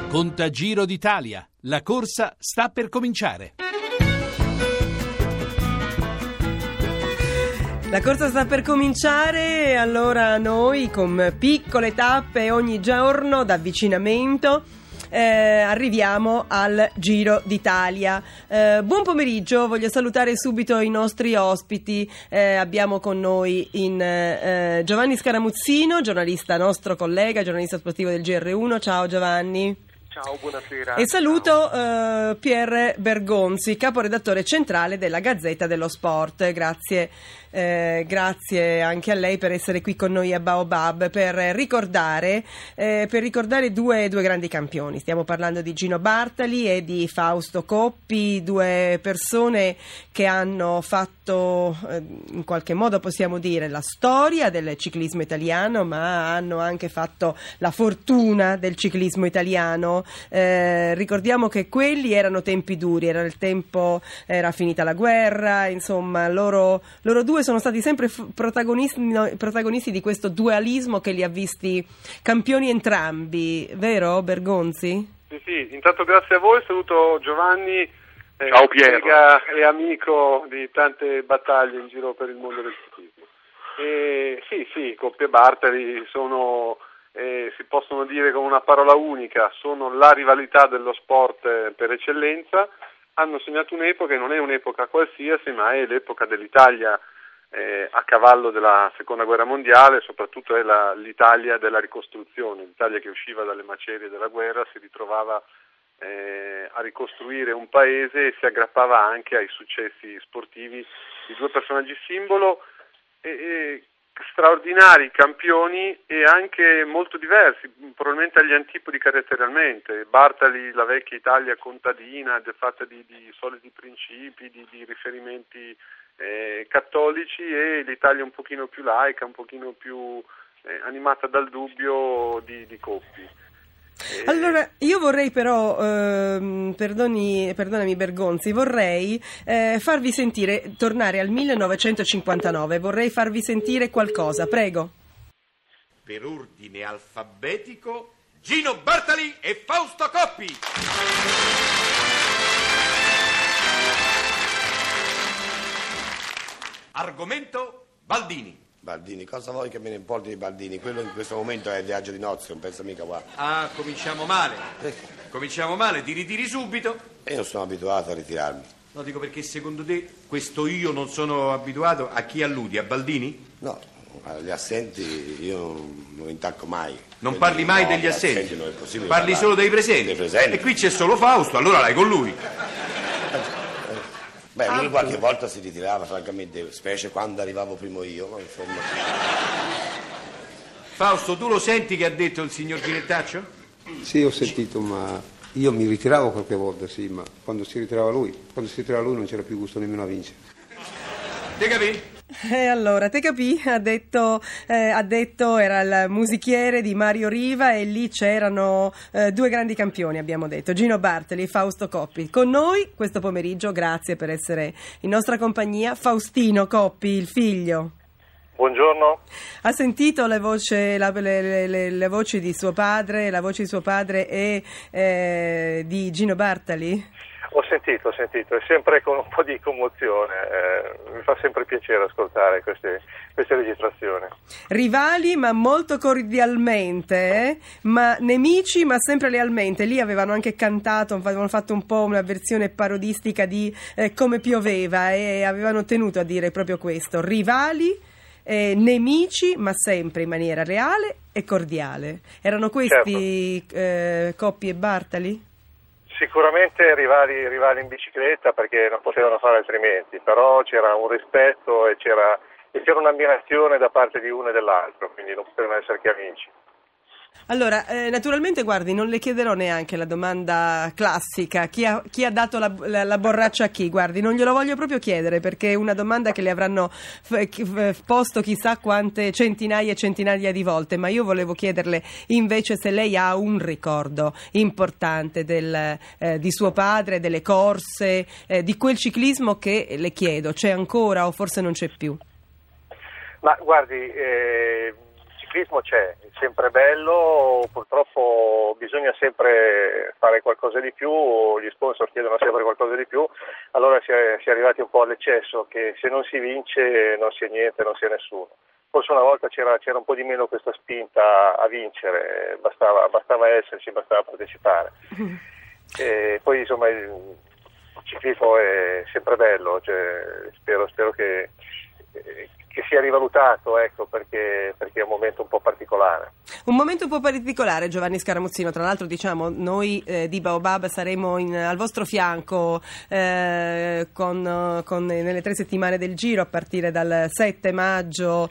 Conta Giro d'Italia. La corsa sta per cominciare. La corsa sta per cominciare, allora noi con piccole tappe ogni giorno d'avvicinamento arriviamo al Giro d'Italia. Buon pomeriggio, voglio salutare subito i nostri ospiti. Abbiamo con noi Giovanni Scaramuzzino, giornalista, nostro collega, giornalista sportivo del GR1. Ciao Giovanni. Ciao, buonasera. E saluto Pierre Bergonzi, caporedattore centrale della Gazzetta dello Sport. Grazie anche a lei per essere qui con noi a Baobab per ricordare due grandi campioni. Stiamo parlando di Gino Bartali e di Fausto Coppi, due persone che hanno fatto in qualche modo, possiamo dire, la storia del ciclismo italiano, ma hanno anche fatto la fortuna del ciclismo italiano. Ricordiamo che quelli erano tempi duri, era finita la guerra, insomma loro due sono stati sempre protagonisti di questo dualismo che li ha visti campioni entrambi, vero Bergonzi? Sì, intanto grazie a voi, saluto Giovanni, ciao Piero, collega e amico di tante battaglie in giro per il mondo del ciclismo. Sì, Coppi e Bartali sono, si possono dire con una parola unica, sono la rivalità dello sport per eccellenza. Hanno segnato un'epoca, e non è un'epoca qualsiasi, ma è l'epoca dell'Italia a cavallo della seconda guerra mondiale, soprattutto è l'Italia della ricostruzione, l'Italia che usciva dalle macerie della guerra, si ritrovava a ricostruire un paese e si aggrappava anche ai successi sportivi di due personaggi simbolo straordinari, campioni e anche molto diversi, probabilmente agli antipodi caratterialmente. Bartali, la vecchia Italia contadina, fatta di solidi principi, di riferimenti cattolici, e l'Italia un pochino più laica, un pochino più animata dal dubbio di Coppi. Allora, io vorrei però, perdonami Bergonzi, vorrei farvi sentire, tornare al 1959, vorrei farvi sentire qualcosa, prego. Per ordine alfabetico, Gino Bartali e Fausto Coppi. Argomento Baldini. Baldini, cosa vuoi che me ne importi di Baldini? Quello in questo momento è il viaggio di nozze, non pensa mica qua. Ah, cominciamo male, ti ritiri subito. Io non sono abituato a ritirarmi. No, dico perché secondo te questo io non sono abituato, a chi alludi? A Baldini? No, agli assenti io non intacco mai. Non parli mai degli assenti? Non è possibile. Parli solo dei presenti? Dei presenti. E qui c'è solo Fausto, allora l'hai con lui. Beh, lui qualche volta si ritirava, francamente, specie quando arrivavo primo io, ma insomma. Fausto, tu lo senti che ha detto il signor Ginettaccio? Sì, ho sentito, ma io mi ritiravo qualche volta, sì, ma quando si ritirava lui non c'era più gusto nemmeno a vincere. Te capì? Allora, te capì? Ha detto, era il musichiere di Mario Riva, e lì c'erano due grandi campioni, abbiamo detto, Gino Bartali e Fausto Coppi. Con noi questo pomeriggio, grazie per essere in nostra compagnia, Faustino Coppi, il figlio. Buongiorno. Ha sentito le voci di suo padre, la voce di suo padre e di Gino Bartali? Ho sentito, è sempre con un po' di commozione, mi fa sempre piacere ascoltare queste registrazioni. Rivali ma molto cordialmente, ma nemici ma sempre lealmente. Lì avevano anche cantato, avevano fatto un po' una versione parodistica di Come pioveva, e avevano tenuto a dire proprio questo: rivali, nemici ma sempre in maniera leale e cordiale. Erano questi, certo. Coppi e Bartali? Sicuramente rivali in bicicletta, perché non potevano fare altrimenti, però c'era un rispetto e c'era un'ammirazione da parte di uno e dell'altro, quindi non potevano essere che amici. Allora, naturalmente, guardi, non le chiederò neanche la domanda classica, chi ha dato la borraccia a chi, guardi, non glielo voglio proprio chiedere, perché è una domanda che le avranno posto chissà quante centinaia e centinaia di volte, ma io volevo chiederle invece se lei ha un ricordo importante di suo padre, delle corse, di quel ciclismo che, le chiedo, c'è ancora o forse non c'è più? Ma guardi, ciclismo c'è, è sempre bello, purtroppo bisogna bisogna sempre fare qualcosa di più, gli sponsor chiedono sempre qualcosa di più, allora si è arrivati un po' all'eccesso che se non si vince non si è niente, non si è nessuno. Forse una volta c'era un po' di meno questa spinta a vincere, bastava esserci, bastava partecipare. E poi insomma il ciclismo è sempre bello, cioè, spero che sia rivalutato, ecco, perché è un momento un po' particolare. Un momento un po' particolare, Giovanni Scaramuzzino. Tra l'altro, diciamo, noi di Baobab saremo al vostro fianco nelle 3 settimane del Giro, a partire dal 7 maggio.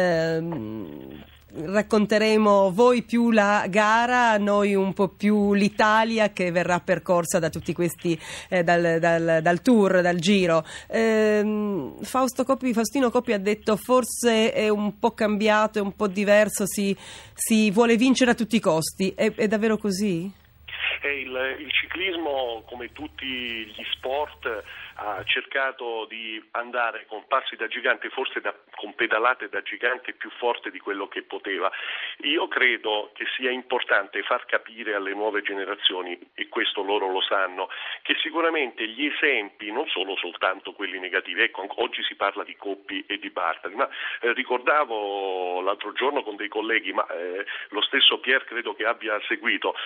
Racconteremo voi più la gara, noi un po' più l'Italia che verrà percorsa da tutti questi dal tour, dal Giro. Faustino Coppi ha detto forse è un po' cambiato, è un po' diverso, si vuole vincere a tutti i costi. È davvero così? Il ciclismo, come tutti gli sport, ha cercato di andare con passi da gigante, forse con pedalate da gigante più forte di quello che poteva. Io credo che sia importante far capire alle nuove generazioni, e questo loro lo sanno, che sicuramente gli esempi, non sono soltanto quelli negativi, ecco, oggi si parla di Coppi e di Bartali, ma ricordavo l'altro giorno con dei colleghi, ma lo stesso Pier credo che abbia seguito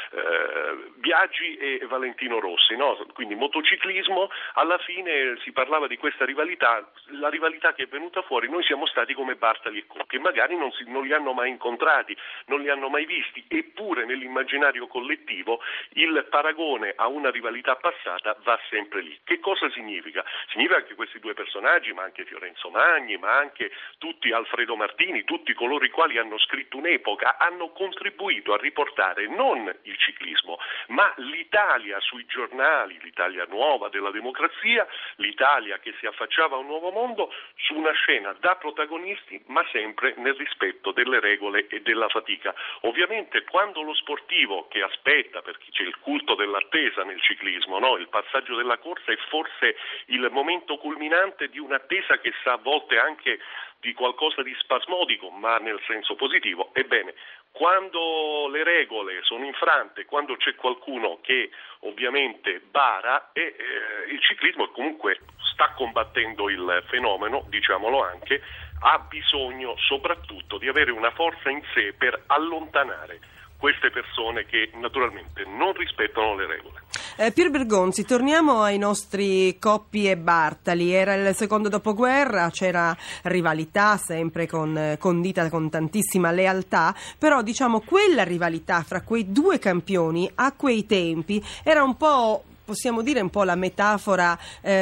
Biaggi e Valentino Rossi, no? Quindi motociclismo, alla fine si parlava di questa rivalità, la rivalità che è venuta fuori, noi siamo stati come Bartali e Coppi, che magari non li hanno mai incontrati, non li hanno mai visti, eppure nell'immaginario collettivo il paragone a una rivalità passata va sempre lì. Che cosa significa? Significa che questi due personaggi, ma anche Fiorenzo Magni, ma anche tutti Alfredo Martini, tutti coloro i quali hanno scritto un'epoca, hanno contribuito a riportare non il ciclismo, ma l'Italia sui giornali, l'Italia nuova della democrazia, l'Italia che si affacciava a un nuovo mondo su una scena da protagonisti, ma sempre nel rispetto delle regole e della fatica. Ovviamente quando lo sportivo che aspetta, perché c'è il culto dell'attesa nel ciclismo, no? Il passaggio della corsa è forse il momento culminante di un'attesa che sa a volte anche di qualcosa di spasmodico, ma nel senso positivo. Ebbene, quando le regole sono infrante, quando c'è qualcuno che ovviamente bara, il ciclismo comunque sta combattendo il fenomeno, diciamolo anche, ha bisogno soprattutto di avere una forza in sé per allontanare queste persone che naturalmente non rispettano le regole. Pier Bergonzi, torniamo ai nostri Coppi e Bartali. Era il secondo dopoguerra, c'era rivalità sempre condita con tantissima lealtà, però diciamo quella rivalità fra quei due campioni a quei tempi era un po', possiamo dire, un po' la metafora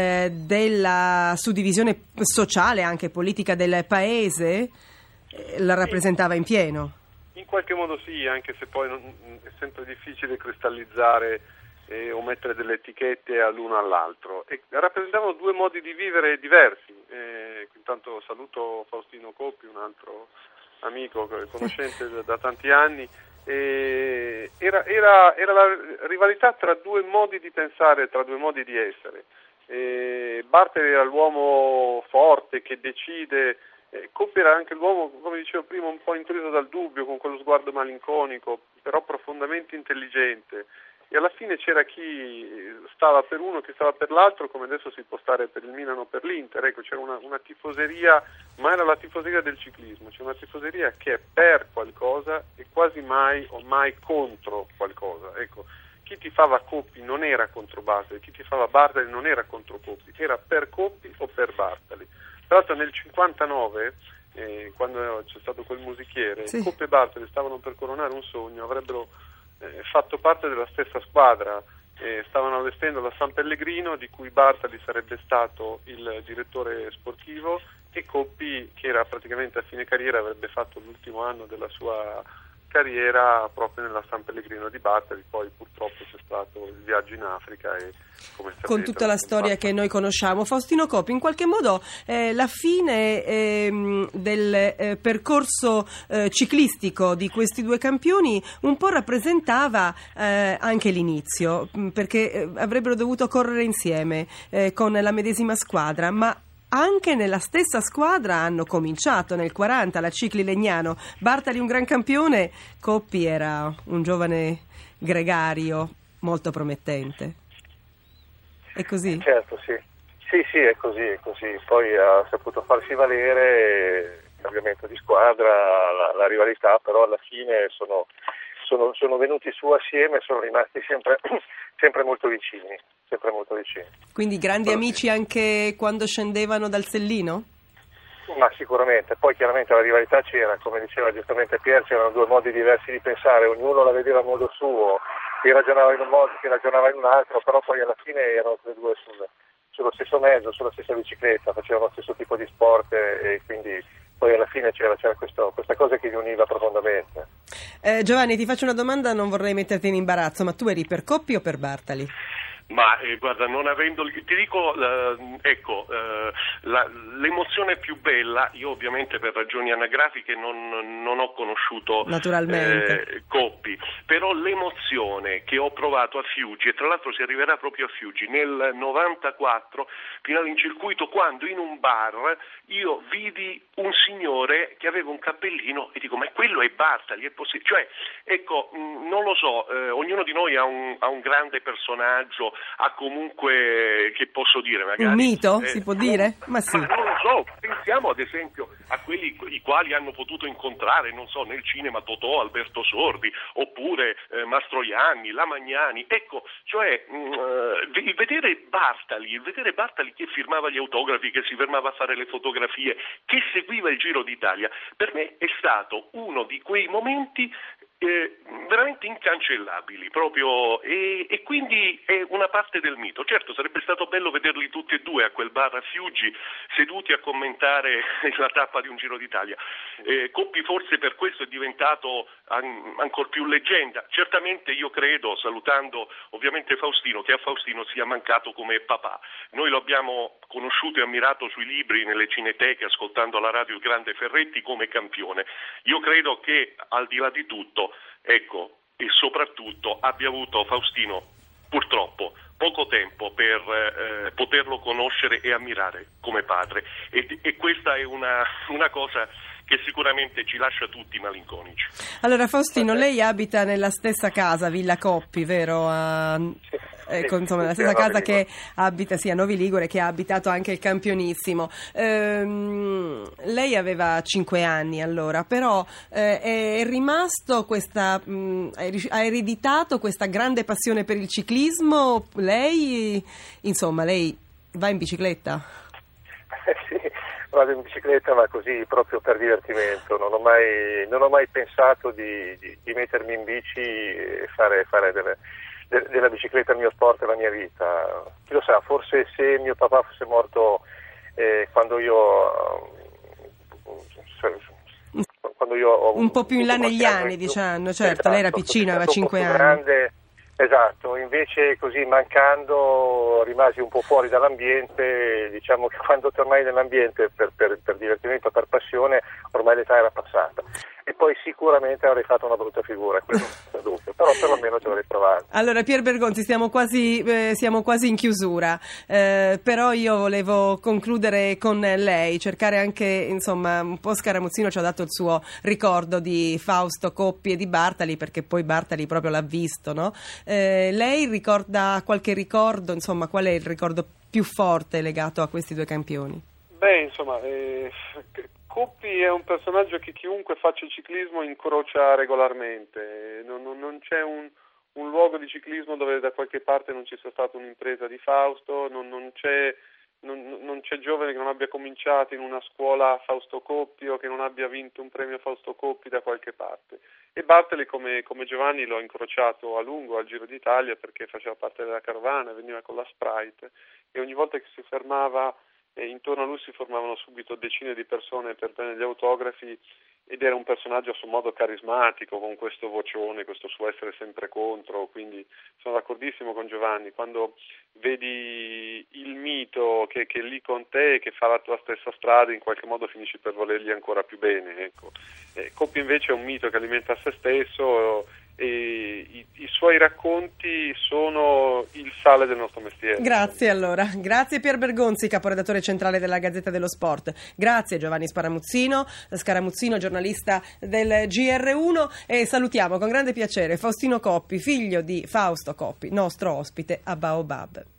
della suddivisione sociale, anche politica del paese, la rappresentava in pieno. In qualche modo sì, anche se poi è sempre difficile cristallizzare o mettere delle etichette all'uno all'altro. E rappresentavano due modi di vivere diversi. Intanto saluto Faustino Coppi, un altro amico, conoscente da tanti anni. Era la rivalità tra due modi di pensare, tra due modi di essere. Bartali era l'uomo forte che decide. Coppi era anche l'uomo, come dicevo prima, un po' intriso dal dubbio, con quello sguardo malinconico, però profondamente intelligente. E alla fine c'era chi stava per uno, chi stava per l'altro, come adesso si può stare per il Milan o per l'Inter. Ecco, c'era una tifoseria, ma era la tifoseria del ciclismo. C'è una tifoseria che è per qualcosa e quasi mai o mai contro qualcosa. Ecco, chi tifava Coppi non era contro Bartali, chi tifava Bartali non era contro Coppi, era per Coppi o per Bartali. Tra l'altro nel 59, quando c'è stato quel musichiere, sì, Coppi e Bartali stavano per coronare un sogno, avrebbero fatto parte della stessa squadra, stavano allestendo la San Pellegrino, di cui Bartali sarebbe stato il direttore sportivo, e Coppi, che era praticamente a fine carriera, avrebbe fatto l'ultimo anno della sua carriera proprio nella San Pellegrino di Bartali. Poi purtroppo c'è stato il viaggio in Africa e con tutta la storia che noi conosciamo. Faustino Coppi, in qualche modo la fine del percorso ciclistico di questi due campioni un po' rappresentava anche l'inizio, perché avrebbero dovuto correre insieme con la medesima squadra, ma anche nella stessa squadra hanno cominciato nel 40 la Cicli Legnano. Bartali un gran campione, Coppi era un giovane gregario molto promettente. È così? Certo, sì. Sì, è così. Poi ha saputo farsi valere, il cambiamento di squadra, la rivalità, però alla fine sono venuti su assieme e sono rimasti sempre molto vicini. Quindi grandi amici anche quando scendevano dal Sellino? Ma sicuramente, poi chiaramente la rivalità c'era, come diceva giustamente Pier, c'erano due modi diversi di pensare, ognuno la vedeva a modo suo, chi ragionava in un modo, chi ragionava in un altro, però poi alla fine erano tutti e due sullo stesso mezzo, sulla stessa bicicletta, facevano lo stesso tipo di sport e quindi poi alla fine c'era questa cosa che li univa profondamente. Giovanni, ti faccio una domanda, non vorrei metterti in imbarazzo, ma tu eri per Coppi o per Bartali? Ma guarda, non avendo, ti dico, l'emozione più bella, io ovviamente per ragioni anagrafiche non ho conosciuto naturalmente Coppi, però l'emozione che ho provato a Fiuggi, e tra l'altro si arriverà proprio a Fiuggi, nel 94, finale in circuito, quando in un bar io vidi un signore che aveva un cappellino e dico, ma quello è Bartali, è possibile? Cioè, ecco, non lo so, ognuno di noi ha un grande personaggio, ha comunque, che posso dire, magari un mito, si può dire? Ma sì. Ma non lo so, pensiamo ad esempio a quelli i quali hanno potuto incontrare, non so, nel cinema Totò, Alberto Sordi, oppure Mastroianni, Lamagnani, ecco, cioè il vedere Bartali che firmava gli autografi, che si fermava a fare le fotografie, che seguiva il Giro d'Italia, per me è stato uno di quei momenti veramente incancellabili proprio, e quindi è una parte del mito. Certo, sarebbe stato bello vederli tutti e due a quel bar a Fiuggi seduti a commentare la tappa di un Giro d'Italia. Coppi forse per questo è diventato ancor più leggenda. Certamente io credo, salutando ovviamente Faustino, che a Faustino sia mancato come papà. Noi lo abbiamo conosciuto e ammirato sui libri, nelle cineteche, ascoltando alla radio il grande Ferretti come campione. Io credo che al di là di tutto, ecco, e soprattutto abbia avuto Faustino purtroppo poco tempo per poterlo conoscere e ammirare come padre, e questa è una cosa che sicuramente ci lascia tutti malinconici. Allora Faustino, lei abita nella stessa casa, Villa Coppi, vero? Insomma, la stessa casa che abita sia Novi Ligure, che ha abitato anche il campionissimo. Lei aveva 5 anni allora, però è rimasto ha ereditato questa grande passione per il ciclismo. Lei va in bicicletta? Sì, vado in bicicletta, ma così proprio per divertimento. Non ho mai pensato di mettermi in bici e fare della bicicletta il mio sport e la mia vita. Chi lo sa, forse se mio papà fosse morto quando io ho un po' più in là negli anni, diciamo, certo, esatto, lei era piccina, aveva 5 anni. Grande, esatto, invece così mancando rimasi un po' fuori dall'ambiente. Diciamo che quando tornai nell'ambiente per divertimento, per passione, ormai l'età era passata. E poi sicuramente avrei fatto una brutta figura, quello senza dubbio, però perlomeno ci avrei provato. Allora Pier Bergonzi, siamo quasi in chiusura, però io volevo concludere con lei, cercare anche, insomma, un po' Scaramuzzino ci ha dato il suo ricordo di Fausto Coppi e di Bartali, perché poi Bartali proprio l'ha visto, no? Lei ricorda qualche ricordo, insomma, qual è il ricordo più forte legato a questi due campioni? Beh, insomma, Coppi è un personaggio che chiunque faccia il ciclismo incrocia regolarmente. Non c'è un luogo di ciclismo dove da qualche parte non ci sia stata un'impresa di Fausto, non c'è giovane che non abbia cominciato in una scuola Fausto Coppi o che non abbia vinto un premio Fausto Coppi da qualche parte. E Bartali, come Giovanni, l'ho incrociato a lungo al Giro d'Italia, perché faceva parte della carovana, veniva con la Sprite, e ogni volta che si fermava intorno a lui si formavano subito decine di persone per prendere gli autografi, ed era un personaggio a suo modo carismatico, con questo vocione, questo suo essere sempre contro. Quindi sono d'accordissimo con Giovanni, quando vedi il mito che è lì con te e che fa la tua stessa strada, in qualche modo finisci per volergli ancora più bene, ecco. Coppi invece è un mito che alimenta se stesso, e i suoi racconti sono il sale del nostro mestiere. Grazie allora, grazie Pier Bergonzi, caporedattore centrale della Gazzetta dello Sport, grazie Giovanni Scaramuzzino, giornalista del GR1, e salutiamo con grande piacere Faustino Coppi, figlio di Fausto Coppi, nostro ospite a Baobab.